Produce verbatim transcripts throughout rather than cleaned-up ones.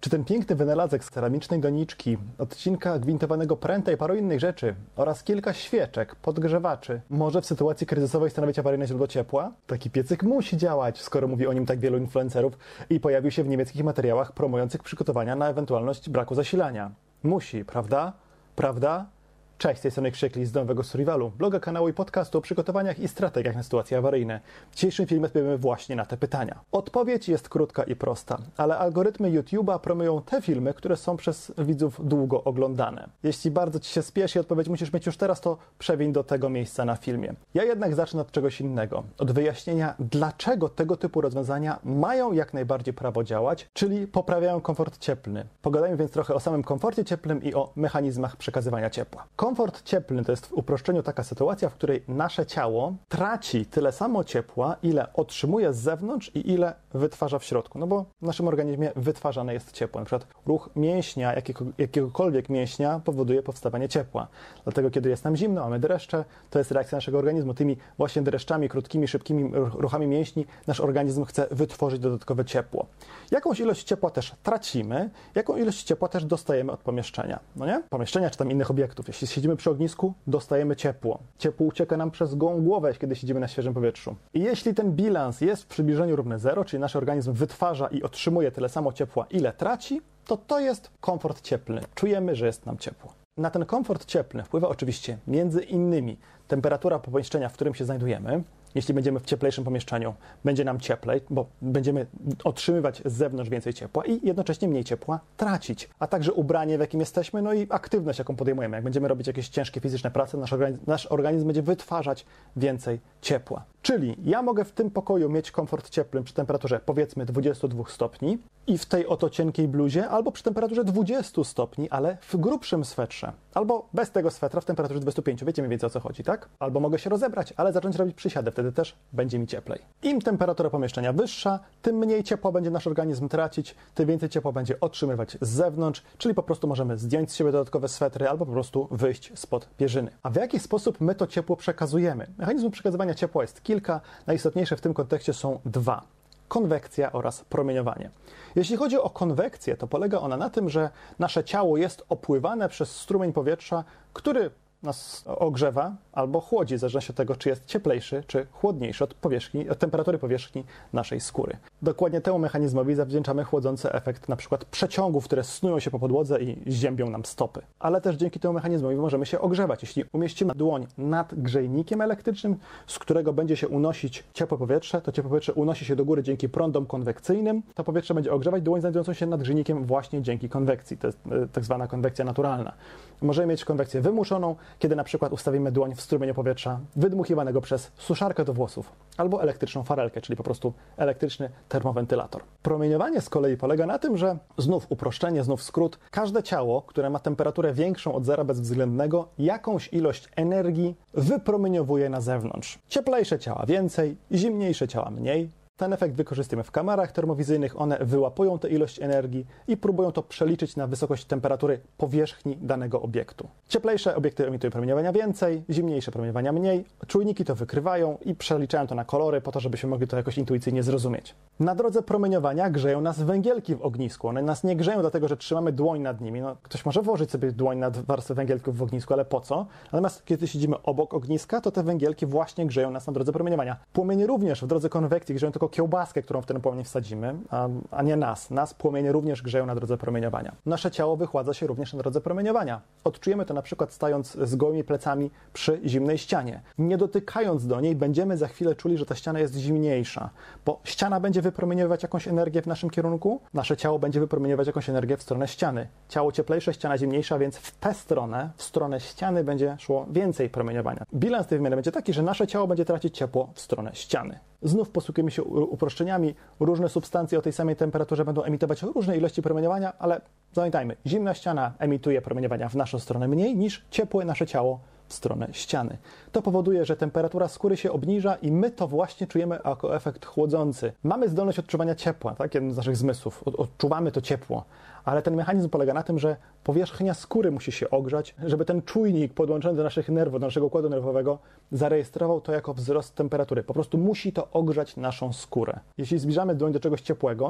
Czy ten piękny wynalazek z ceramicznej doniczki, odcinka gwintowanego pręta i paru innych rzeczy oraz kilka świeczek, podgrzewaczy może w sytuacji kryzysowej stanowić awaryjne źródło ciepła? Taki piecyk musi działać, skoro mówi o nim tak wielu influencerów i pojawił się w niemieckich materiałach promujących przygotowania na ewentualność braku zasilania. Musi, prawda? Prawda? Cześć, z tej strony Krzykli z Nowego Survivalu, bloga, kanału i podcastu o przygotowaniach i strategiach na sytuacje awaryjne. W dzisiejszym filmie odpowiemy właśnie na te pytania. Odpowiedź jest krótka i prosta, ale algorytmy YouTube'a promują te filmy, które są przez widzów długo oglądane. Jeśli bardzo Ci się spieszy i odpowiedź musisz mieć już teraz, to przewiń do tego miejsca na filmie. Ja jednak zacznę od czegoś innego, od wyjaśnienia, dlaczego tego typu rozwiązania mają jak najbardziej prawo działać, czyli poprawiają komfort cieplny. Pogadajmy więc trochę o samym komforcie cieplnym i o mechanizmach przekazywania ciepła. Komfort cieplny to jest w uproszczeniu taka sytuacja, w której nasze ciało traci tyle samo ciepła, ile otrzymuje z zewnątrz i ile wytwarza w środku. No bo w naszym organizmie wytwarzane jest ciepło. Na przykład ruch mięśnia, jakiego, jakiegokolwiek mięśnia powoduje powstawanie ciepła. Dlatego kiedy jest nam zimno, mamy dreszcze, to jest reakcja naszego organizmu. Tymi właśnie dreszczami, krótkimi, szybkimi ruchami mięśni nasz organizm chce wytworzyć dodatkowe ciepło. Jakąś ilość ciepła też tracimy, jaką ilość ciepła też dostajemy od pomieszczenia. No nie? Pomieszczenia czy tam innych obiektów. Jeśli siedzimy przy ognisku, dostajemy ciepło. Ciepło ucieka nam przez gołą głowę, kiedy siedzimy na świeżym powietrzu. I jeśli ten bilans jest w przybliżeniu równy zero, czyli nasz organizm wytwarza i otrzymuje tyle samo ciepła, ile traci, to to jest komfort cieplny. Czujemy, że jest nam ciepło. Na ten komfort cieplny wpływa oczywiście między innymi temperatura pomieszczenia, w którym się znajdujemy. Jeśli będziemy w cieplejszym pomieszczeniu, będzie nam cieplej, bo będziemy otrzymywać z zewnątrz więcej ciepła i jednocześnie mniej ciepła tracić. A także ubranie, w jakim jesteśmy, no i aktywność, jaką podejmujemy. Jak będziemy robić jakieś ciężkie fizyczne prace, nasz organizm, nasz organizm będzie wytwarzać więcej ciepła. Czyli ja mogę w tym pokoju mieć komfort cieplny przy temperaturze powiedzmy dwudziestu dwóch stopni i w tej oto cienkiej bluzie, albo przy temperaturze dwudziestu stopni, ale w grubszym swetrze. Albo bez tego swetra w temperaturze dwudziestu pięciu. Wiecie mniej więcej o co chodzi, tak? Albo mogę się rozebrać, ale zacząć robić przysiady. Wtedy też będzie mi cieplej. Im temperatura pomieszczenia wyższa, tym mniej ciepła będzie nasz organizm tracić, tym więcej ciepła będzie otrzymywać z zewnątrz, czyli po prostu możemy zdjąć z siebie dodatkowe swetry albo po prostu wyjść spod pierzyny. A w jaki sposób my to ciepło przekazujemy? Mechanizmów przekazywania ciepła jest kilka. Najistotniejsze w tym kontekście są dwa. Konwekcja oraz promieniowanie. Jeśli chodzi o konwekcję, to polega ona na tym, że nasze ciało jest opływane przez strumień powietrza, który nas ogrzewa albo chłodzi, w zależności od tego, czy jest cieplejszy, czy chłodniejszy od powierzchni, od temperatury powierzchni naszej skóry. Dokładnie temu mechanizmowi zawdzięczamy chłodzący efekt na przykład przeciągów, które snują się po podłodze i ziębią nam stopy. Ale też dzięki temu mechanizmowi możemy się ogrzewać. Jeśli umieścimy dłoń nad grzejnikiem elektrycznym, z którego będzie się unosić ciepłe powietrze, to ciepłe powietrze unosi się do góry dzięki prądom konwekcyjnym. To powietrze będzie ogrzewać dłoń znajdującą się nad grzejnikiem właśnie dzięki konwekcji. To jest e, tak zwana konwekcja naturalna. Możemy mieć konwekcję wymuszoną, kiedy na przykład ustawimy dłoń w strumieniu powietrza wydmuchiwanego przez suszarkę do włosów albo elektryczną farelkę, czyli po prostu elektryczny termowentylator. Promieniowanie z kolei polega na tym, że znów uproszczenie, znów skrót, każde ciało, które ma temperaturę większą od zera bezwzględnego, jakąś ilość energii wypromieniowuje na zewnątrz. Cieplejsze ciała więcej, zimniejsze ciała mniej. Ten efekt wykorzystujemy w kamerach termowizyjnych, one wyłapują tę ilość energii i próbują to przeliczyć na wysokość temperatury powierzchni danego obiektu. Cieplejsze obiekty emitują promieniowania więcej, zimniejsze promieniowania mniej, czujniki to wykrywają i przeliczają to na kolory po to, żebyśmy mogli to jakoś intuicyjnie zrozumieć. Na drodze promieniowania grzeją nas węgielki w ognisku. One nas nie grzeją dlatego, że trzymamy dłoń nad nimi. No, ktoś może włożyć sobie dłoń nad warstwę węgielków w ognisku, ale po co? Natomiast kiedy siedzimy obok ogniska, to te węgielki właśnie grzeją nas na drodze promieniowania. Płomienie również w drodze konwekcji grzeją tylko kiełbaskę, którą w ten płomień wsadzimy, a, a nie nas. Nas płomienie również grzeją na drodze promieniowania. Nasze ciało wychładza się również na drodze promieniowania. Odczujemy to na przykład stając z gołymi plecami przy zimnej ścianie. Nie dotykając do niej, będziemy za chwilę czuli, że ta ściana jest zimniejsza, bo ściana będzie wypromieniowywać jakąś energię w naszym kierunku, nasze ciało będzie wypromieniowywać jakąś energię w stronę ściany. Ciało cieplejsze, ściana zimniejsza, więc w tę stronę, w stronę ściany będzie szło więcej promieniowania. Bilans tej wymiany będzie taki, że nasze ciało będzie tracić ciepło w stronę ściany. Znów posługujemy się uproszczeniami. Różne substancje o tej samej temperaturze będą emitować różne ilości promieniowania, ale pamiętajmy, zimna ściana emituje promieniowania w naszą stronę mniej niż ciepłe nasze ciało w stronę ściany. To powoduje, że temperatura skóry się obniża i my to właśnie czujemy jako efekt chłodzący. Mamy zdolność odczuwania ciepła, tak? Jeden z naszych zmysłów. Odczuwamy to ciepło, ale ten mechanizm polega na tym, że powierzchnia skóry musi się ogrzać, żeby ten czujnik podłączony do naszych nerwów, do naszego układu nerwowego zarejestrował to jako wzrost temperatury. Po prostu musi to ogrzać naszą skórę. Jeśli zbliżamy dłoń do czegoś ciepłego,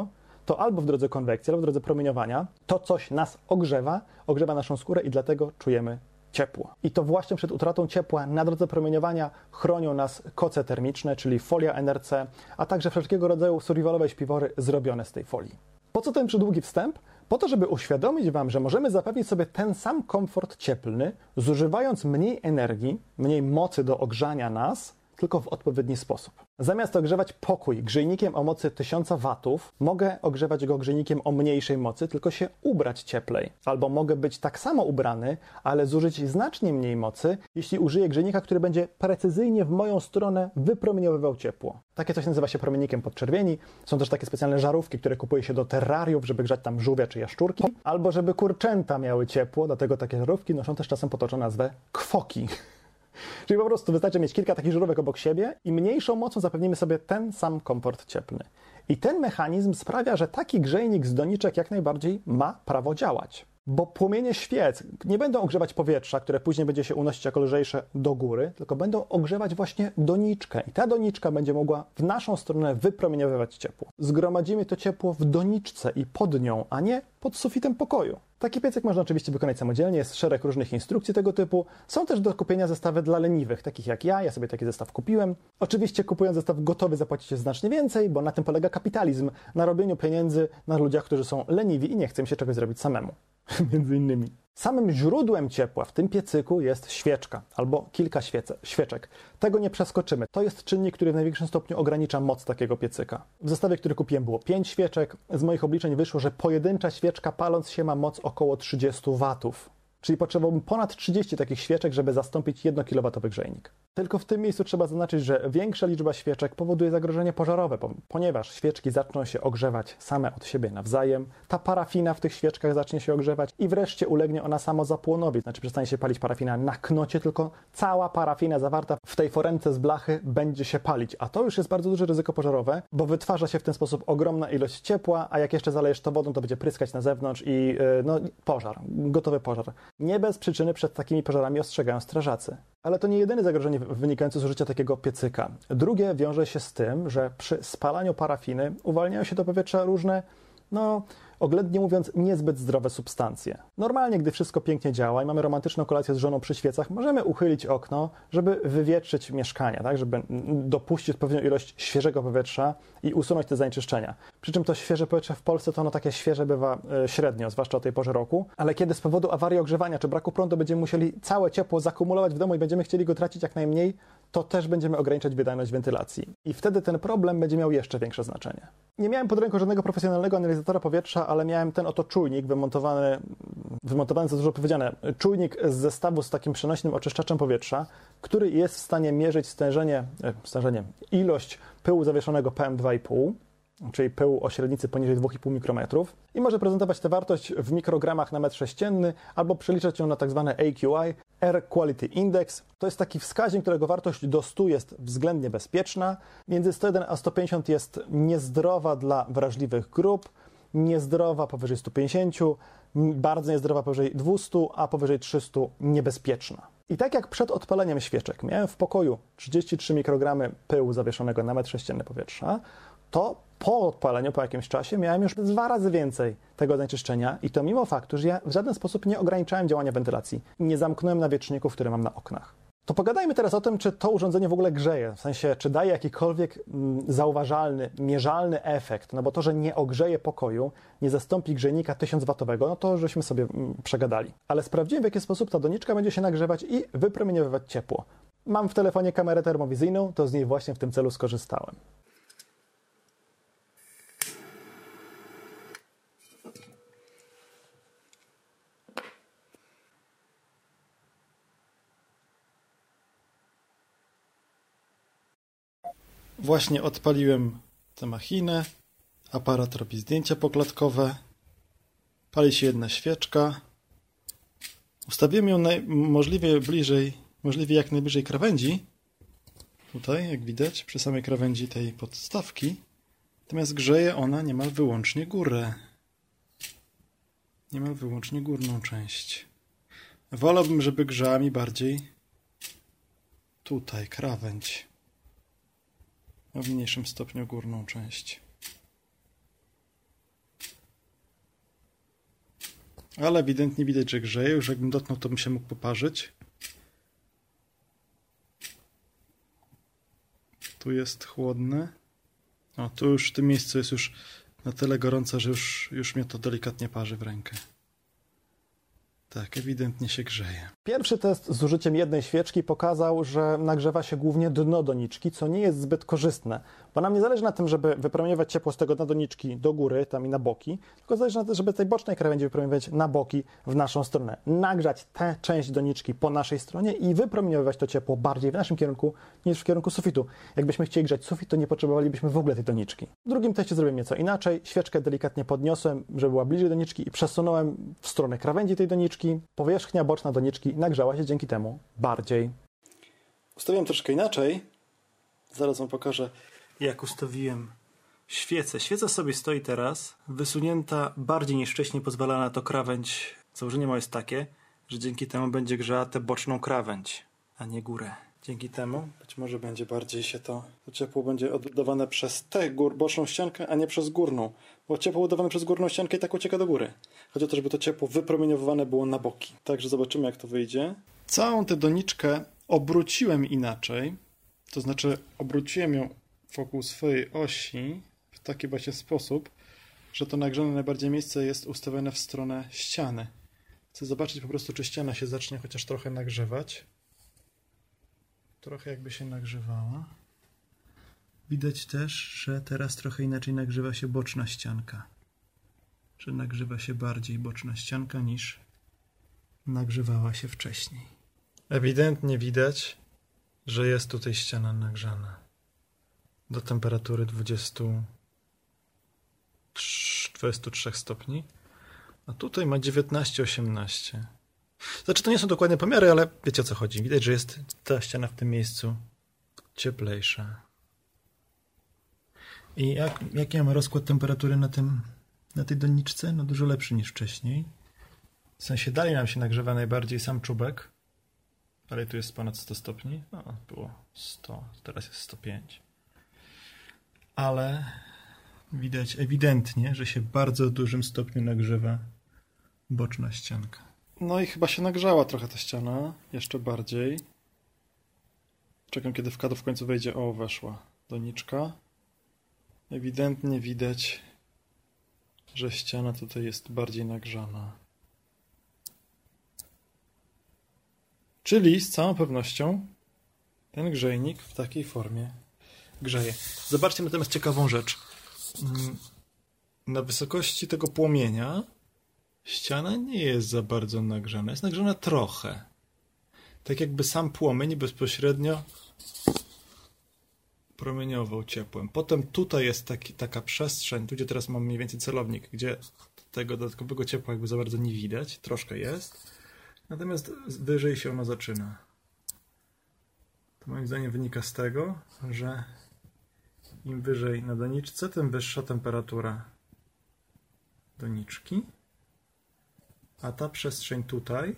to albo w drodze konwekcji, albo w drodze promieniowania, to coś nas ogrzewa, ogrzewa naszą skórę i dlatego czujemy ciepło. I to właśnie przed utratą ciepła na drodze promieniowania chronią nas koce termiczne, czyli folia N R C, a także wszelkiego rodzaju survivalowe śpiwory zrobione z tej folii. Po co ten przydługi wstęp? Po to, żeby uświadomić Wam, że możemy zapewnić sobie ten sam komfort cieplny, zużywając mniej energii, mniej mocy do ogrzania nas, tylko w odpowiedni sposób. Zamiast ogrzewać pokój grzejnikiem o mocy tysiąc watów, mogę ogrzewać go grzejnikiem o mniejszej mocy, tylko się ubrać cieplej. Albo mogę być tak samo ubrany, ale zużyć znacznie mniej mocy, jeśli użyję grzejnika, który będzie precyzyjnie w moją stronę wypromieniowywał ciepło. Takie coś nazywa się promiennikiem podczerwieni. Są też takie specjalne żarówki, które kupuje się do terrariów, żeby grzać tam żółwia czy jaszczurki. Albo żeby kurczęta miały ciepło, dlatego takie żarówki noszą też czasem potoczoną nazwę kwoki. Czyli po prostu wystarczy mieć kilka takich żarówek obok siebie i mniejszą mocą zapewnimy sobie ten sam komfort cieplny. I ten mechanizm sprawia, że taki grzejnik z doniczek jak najbardziej ma prawo działać. Bo płomienie świec nie będą ogrzewać powietrza, które później będzie się unosić jako lżejsze do góry, tylko będą ogrzewać właśnie doniczkę. I ta doniczka będzie mogła w naszą stronę wypromieniowywać ciepło. Zgromadzimy to ciepło w doniczce i pod nią, a nie pod sufitem pokoju. Taki piecek można oczywiście wykonać samodzielnie, jest szereg różnych instrukcji tego typu. Są też do kupienia zestawy dla leniwych, takich jak ja, ja sobie taki zestaw kupiłem. Oczywiście kupując zestaw gotowy zapłacicie znacznie więcej, bo na tym polega kapitalizm, na robieniu pieniędzy na ludziach, którzy są leniwi i nie chcą się czegoś zrobić samemu. Między innymi. Samym źródłem ciepła w tym piecyku jest świeczka albo kilka świece, świeczek. Tego nie przeskoczymy. To jest czynnik, który w największym stopniu ogranicza moc takiego piecyka. W zestawie, który kupiłem, było pięć świeczek. Z moich obliczeń wyszło, że pojedyncza świeczka paląc się ma moc około trzydzieści watów. Czyli potrzebowałbym ponad trzydzieści takich świeczek, żeby zastąpić jednokilowatowy grzejnik. Tylko w tym miejscu trzeba zaznaczyć, że większa liczba świeczek powoduje zagrożenie pożarowe, ponieważ świeczki zaczną się ogrzewać same od siebie nawzajem, ta parafina w tych świeczkach zacznie się ogrzewać i wreszcie ulegnie ona samozapłonowi. Znaczy przestanie się palić parafina na knocie, tylko cała parafina zawarta w tej foremce z blachy będzie się palić. A to już jest bardzo duże ryzyko pożarowe, bo wytwarza się w ten sposób ogromna ilość ciepła, a jak jeszcze zalejesz to wodą, to będzie pryskać na zewnątrz i yy, no pożar, gotowy pożar. Nie bez przyczyny przed takimi pożarami ostrzegają strażacy. Ale to nie jedyne zagrożenie wynikające z użycia takiego piecyka. Drugie wiąże się z tym, że przy spalaniu parafiny uwalniają się do powietrza różne, no oględnie mówiąc, niezbyt zdrowe substancje. Normalnie, gdy wszystko pięknie działa i mamy romantyczną kolację z żoną przy świecach, możemy uchylić okno, żeby wywietrzyć mieszkania, tak, żeby dopuścić odpowiednią ilość świeżego powietrza i usunąć te zanieczyszczenia. Przy czym to świeże powietrze w Polsce to ono takie świeże bywa średnio, zwłaszcza o tej porze roku, ale kiedy z powodu awarii ogrzewania czy braku prądu będziemy musieli całe ciepło zakumulować w domu i będziemy chcieli go tracić jak najmniej, to też będziemy ograniczać wydajność wentylacji. I wtedy ten problem będzie miał jeszcze większe znaczenie. Nie miałem pod ręką żadnego profesjonalnego analizatora powietrza, ale miałem ten oto czujnik wymontowany, wymontowany za dużo powiedziane, czujnik z zestawu z takim przenośnym oczyszczaczem powietrza, który jest w stanie mierzyć stężenie, stężenie, ilość pyłu zawieszonego P M dwa i pół, czyli pyłu o średnicy poniżej dwa i pół mikrometrów i może prezentować tę wartość w mikrogramach na metr sześcienny albo przeliczać ją na tak zwane A Q I, Air Quality Index. To jest taki wskaźnik, którego wartość do stu jest względnie bezpieczna. Między sto jeden a sto pięćdziesiąt jest niezdrowa dla wrażliwych grup, niezdrowa powyżej stu pięćdziesięciu, bardzo niezdrowa powyżej dwustu, a powyżej trzystu niebezpieczna. I tak jak przed odpaleniem świeczek miałem w pokoju trzydzieści trzy mikrogramy pyłu zawieszonego na metr sześcienny powietrza, to po odpaleniu, po jakimś czasie miałem już dwa razy więcej tego zanieczyszczenia i to mimo faktu, że ja w żaden sposób nie ograniczałem działania wentylacji. Nie zamknąłem nawietrzników, które mam na oknach. To pogadajmy teraz o tym, czy to urządzenie w ogóle grzeje, w sensie, czy daje jakikolwiek mm, zauważalny, mierzalny efekt, no bo to, że nie ogrzeje pokoju, nie zastąpi grzejnika tysiąc watowego, no to żeśmy sobie mm, przegadali. Ale sprawdziłem, w jaki sposób ta doniczka będzie się nagrzewać i wypromieniowywać ciepło. Mam w telefonie kamerę termowizyjną, to z niej właśnie w tym celu skorzystałem. Właśnie odpaliłem tę machinę, aparat robi zdjęcia poklatkowe, pali się jedna świeczka. Ustawiłem ją naj- możliwie bliżej, możliwie jak najbliżej krawędzi, tutaj jak widać przy samej krawędzi tej podstawki, natomiast grzeje ona niemal wyłącznie górę, niemal wyłącznie górną część. Wolałbym, żeby grzała mi bardziej tutaj krawędź, a w mniejszym stopniu górną część. Ale ewidentnie widać, że grzeje. Już jakbym dotknął, to bym się mógł poparzyć. Tu jest chłodny. O, tu już w tym miejscu jest już na tyle gorąco, że już, już mnie to delikatnie parzy w rękę. Tak, ewidentnie się grzeje. Pierwszy test z użyciem jednej świeczki pokazał, że nagrzewa się głównie dno doniczki, co nie jest zbyt korzystne, bo nam nie zależy na tym, żeby wypromieniować ciepło z tego dna doniczki do góry, tam i na boki, tylko zależy na tym, żeby z tej bocznej krawędzi wypromieniować na boki w naszą stronę. Nagrzać tę część doniczki po naszej stronie i wypromieniować to ciepło bardziej w naszym kierunku niż w kierunku sufitu. Jakbyśmy chcieli grzać sufit, to nie potrzebowalibyśmy w ogóle tej doniczki. W drugim teście zrobiłem nieco inaczej. Świeczkę delikatnie podniosłem, żeby była bliżej doniczki i przesunąłem w stronę krawędzi tej doniczki. Powierzchnia boczna doniczki nagrzała się dzięki temu bardziej. Ustawiłem troszkę inaczej. Zaraz wam pokażę, jak ustawiłem świecę. Świeca sobie stoi teraz, wysunięta bardziej niż wcześniej, pozwala na to krawędź. Założenie moje jest takie, że dzięki temu będzie grzała tę boczną krawędź, a nie górę. Dzięki temu być może będzie bardziej się to, to ciepło będzie oddawane przez tę gór, boczną ściankę, a nie przez górną. Bo ciepło oddawane przez górną ściankę i tak ucieka do góry. Chodzi o to, żeby to ciepło wypromieniowane było na boki. Także zobaczymy, jak to wyjdzie. Całą tę doniczkę obróciłem inaczej. To znaczy obróciłem ją wokół swojej osi w taki właśnie sposób, że to nagrzane najbardziej miejsce jest ustawione w stronę ściany. Chcę zobaczyć po prostu, czy ściana się zacznie chociaż trochę nagrzewać. Trochę jakby się nagrzewała. Widać też, że teraz trochę inaczej nagrzewa się boczna ścianka. Że nagrzewa się bardziej boczna ścianka niż nagrzewała się wcześniej. Ewidentnie widać, że jest tutaj ściana nagrzana do temperatury dwudziestu trzech stopni, a tutaj ma dziewiętnaście osiemnaście. Znaczy, to nie są dokładne pomiary, ale wiecie, o co chodzi. Widać, że jest ta ściana w tym miejscu cieplejsza. I jak, jaki ja mam rozkład temperatury na, tym, na tej doniczce? No dużo lepszy niż wcześniej. W sensie dalej nam się nagrzewa najbardziej sam czubek. Dalej tu jest ponad sto stopni. No, było sto, teraz jest sto pięć. Ale widać ewidentnie, że się w bardzo dużym stopniu nagrzewa boczna ścianka. No i chyba się nagrzała trochę ta ściana, jeszcze bardziej. Czekam, kiedy w kadr w końcu wejdzie. O, weszła doniczka. Ewidentnie widać, że ściana tutaj jest bardziej nagrzana. Czyli z całą pewnością ten grzejnik w takiej formie grzeje. Zobaczcie natomiast ciekawą rzecz. Na wysokości tego płomienia ściana nie jest za bardzo nagrzana. Jest nagrzana trochę. Tak jakby sam płomień bezpośrednio promieniował ciepłem. Potem tutaj jest taki, taka przestrzeń, tu gdzie teraz mam mniej więcej celownik, gdzie tego dodatkowego ciepła jakby za bardzo nie widać. Troszkę jest. Natomiast wyżej się ono zaczyna. To moim zdaniem wynika z tego, że im wyżej na doniczce, tym wyższa temperatura doniczki. A ta przestrzeń tutaj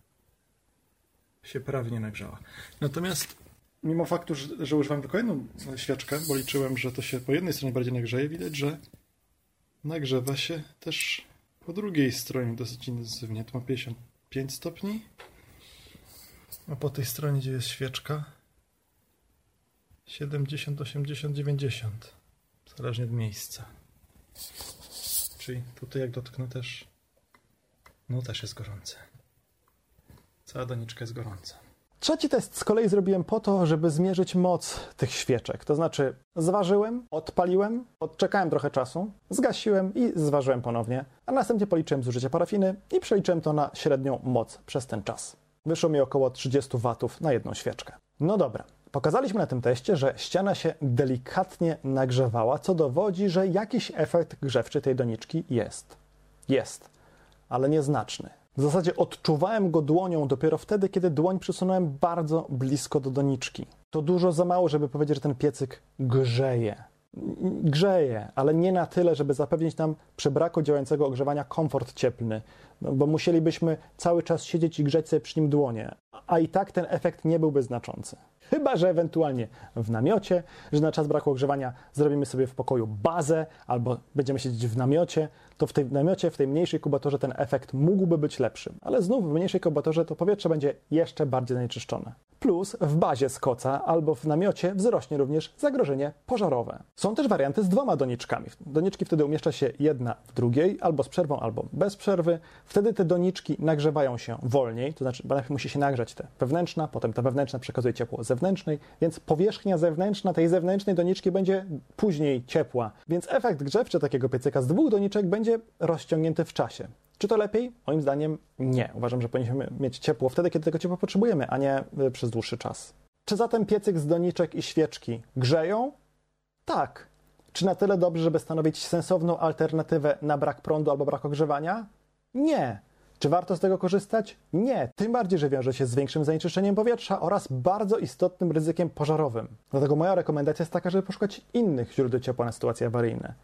się prawie nie nagrzała. Natomiast mimo faktu, że, że używam tylko jedną świeczkę, bo liczyłem, że to się po jednej stronie bardziej nagrzeje, widać, że nagrzewa się też po drugiej stronie dosyć intensywnie. Tu ma pięćdziesiąt pięć stopni, a po tej stronie, gdzie jest świeczka, siedemdziesiąt, osiemdziesiąt, dziewięćdziesiąt. Zależnie od miejsca. Czyli tutaj jak dotknę też, no też jest gorące. Cała doniczka jest gorąca. Trzeci test z kolei zrobiłem po to, żeby zmierzyć moc tych świeczek. To znaczy zważyłem, odpaliłem, odczekałem trochę czasu, zgasiłem i zważyłem ponownie, a następnie policzyłem zużycie parafiny i przeliczyłem to na średnią moc przez ten czas. Wyszło mi około trzydzieści watów na jedną świeczkę. No dobra, pokazaliśmy na tym teście, że ściana się delikatnie nagrzewała, co dowodzi, że jakiś efekt grzewczy tej doniczki jest. Jest, ale nieznaczny. W zasadzie odczuwałem go dłonią dopiero wtedy, kiedy dłoń przesunąłem bardzo blisko do doniczki. To dużo za mało, żeby powiedzieć, że ten piecyk grzeje. Grzeje, ale nie na tyle, żeby zapewnić nam przy braku działającego ogrzewania komfort cieplny, no bo musielibyśmy cały czas siedzieć i grzeć sobie przy nim dłonie, a i tak ten efekt nie byłby znaczący. Chyba że ewentualnie w namiocie, że na czas braku ogrzewania zrobimy sobie w pokoju bazę albo będziemy siedzieć w namiocie, to w tym namiocie, w tej mniejszej kubaturze ten efekt mógłby być lepszy. Ale znów w mniejszej kubaturze to powietrze będzie jeszcze bardziej zanieczyszczone. Plus w bazie z koca albo w namiocie wzrośnie również zagrożenie pożarowe. Są też warianty z dwoma doniczkami. Doniczki wtedy umieszcza się jedna w drugiej, albo z przerwą, albo bez przerwy. Wtedy te doniczki nagrzewają się wolniej, to znaczy najpierw musi się nagrzać ta wewnętrzna, potem ta wewnętrzna przekazuje ciepło zewnętrznej, więc powierzchnia zewnętrzna tej zewnętrznej doniczki będzie później ciepła. Więc efekt grzewczy takiego piecyka z dwóch doniczek będzie rozciągnięty w czasie. Czy to lepiej? Moim zdaniem nie. Uważam, że powinniśmy mieć ciepło wtedy, kiedy tego ciepła potrzebujemy, a nie przez dłuższy czas. Czy zatem piecyk z doniczek i świeczki grzeją? Tak. Czy na tyle dobrze, żeby stanowić sensowną alternatywę na brak prądu albo brak ogrzewania? Nie. Czy warto z tego korzystać? Nie. Tym bardziej, że wiąże się z większym zanieczyszczeniem powietrza oraz bardzo istotnym ryzykiem pożarowym. Dlatego moja rekomendacja jest taka, żeby poszukać innych źródeł ciepła na sytuacje awaryjne.